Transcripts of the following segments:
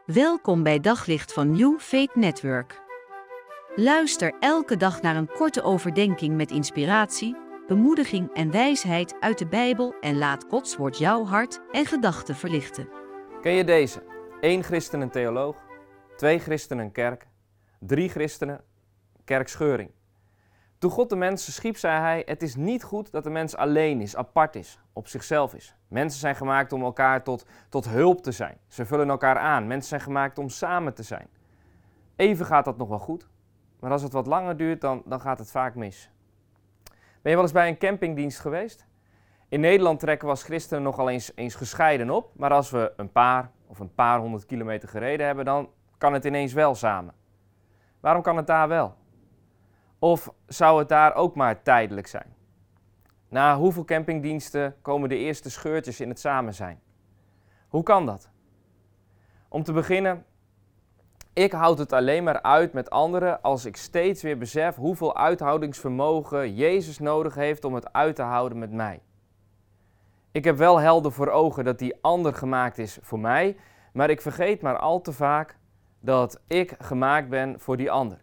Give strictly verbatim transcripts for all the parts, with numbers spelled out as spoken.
Welkom bij Daglicht van New Faith Network. Luister elke dag naar een korte overdenking met inspiratie, bemoediging en wijsheid uit de Bijbel en laat Gods woord jouw hart en gedachten verlichten. Ken je deze? Eén christen en theoloog, twee christenen en kerk, drie christenen, kerkscheuring. Toen God de mensen schiep, zei hij, het is niet goed dat de mens alleen is, apart is, op zichzelf is. Mensen zijn gemaakt om elkaar tot, tot hulp te zijn. Ze vullen elkaar aan. Mensen zijn gemaakt om samen te zijn. Even gaat dat nog wel goed, maar als het wat langer duurt, dan, dan gaat het vaak mis. Ben je wel eens bij een campingdienst geweest? In Nederland trekken we als christenen nogal eens, eens gescheiden op, maar als we een paar of een paar honderd kilometer gereden hebben, dan kan het ineens wel samen. Waarom kan het daar wel? Of zou het daar ook maar tijdelijk zijn? Na hoeveel campingdiensten komen de eerste scheurtjes in het samen zijn? Hoe kan dat? Om te beginnen, ik houd het alleen maar uit met anderen als ik steeds weer besef hoeveel uithoudingsvermogen Jezus nodig heeft om het uit te houden met mij. Ik heb wel helder voor ogen dat die ander gemaakt is voor mij, maar ik vergeet maar al te vaak dat ik gemaakt ben voor die ander.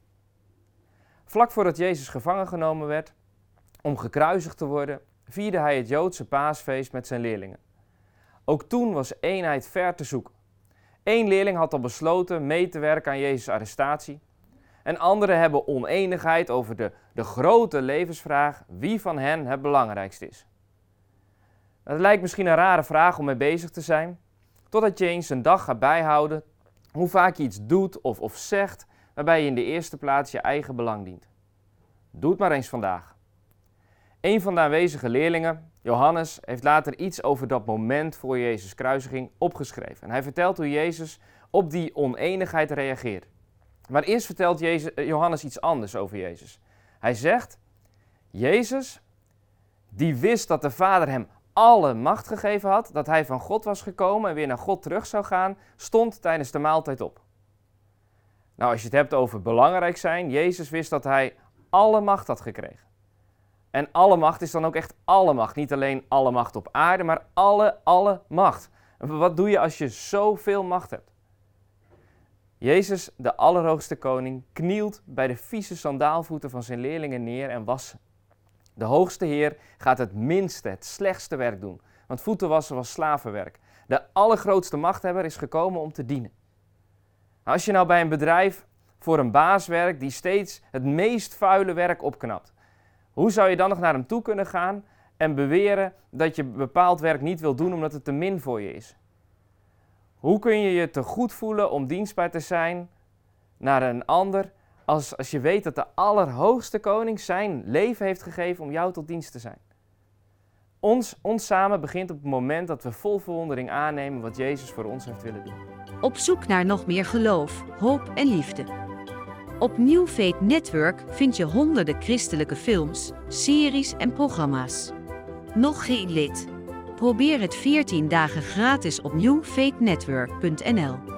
Vlak voordat Jezus gevangen genomen werd om gekruisigd te worden, vierde hij het Joodse paasfeest met zijn leerlingen. Ook toen was eenheid ver te zoeken. Eén leerling had al besloten mee te werken aan Jezus' arrestatie. En anderen hebben oneenigheid over de, de grote levensvraag wie van hen het belangrijkste is. Het lijkt misschien een rare vraag om mee bezig te zijn, totdat je eens een dag gaat bijhouden hoe vaak je iets doet of, of zegt waarbij je in de eerste plaats je eigen belang dient. Doe het maar eens vandaag. Een van de aanwezige leerlingen, Johannes, heeft later iets over dat moment voor Jezus' kruisiging opgeschreven. En hij vertelt hoe Jezus op die oneenigheid reageert. Maar eerst vertelt Jezus, Johannes iets anders over Jezus. Hij zegt, Jezus, die wist dat de Vader hem alle macht gegeven had, dat hij van God was gekomen en weer naar God terug zou gaan, stond tijdens de maaltijd op. Nou, als je het hebt over belangrijk zijn, Jezus wist dat hij alle macht had gekregen. En alle macht is dan ook echt alle macht. Niet alleen alle macht op aarde, maar alle, alle macht. En wat doe je als je zoveel macht hebt? Jezus, de Allerhoogste Koning, knielt bij de vieze sandaalvoeten van zijn leerlingen neer en wast ze. De Hoogste Heer gaat het minste, het slechtste werk doen. Want voeten wassen was slavenwerk. De allergrootste machthebber is gekomen om te dienen. Als je nou bij een bedrijf voor een baas werkt die steeds het meest vuile werk opknapt, hoe zou je dan nog naar hem toe kunnen gaan en beweren dat je bepaald werk niet wil doen omdat het te min voor je is? Hoe kun je je te goed voelen om dienstbaar te zijn naar een ander als, als je weet dat de Allerhoogste Koning zijn leven heeft gegeven om jou tot dienst te zijn? Ons, ons samen begint op het moment dat we vol verwondering aannemen wat Jezus voor ons heeft willen doen. Op zoek naar nog meer geloof, hoop en liefde. Op New Faith Network vind je honderden christelijke films, series en programma's. Nog geen lid? Probeer het veertien dagen gratis op new faith network punt n l.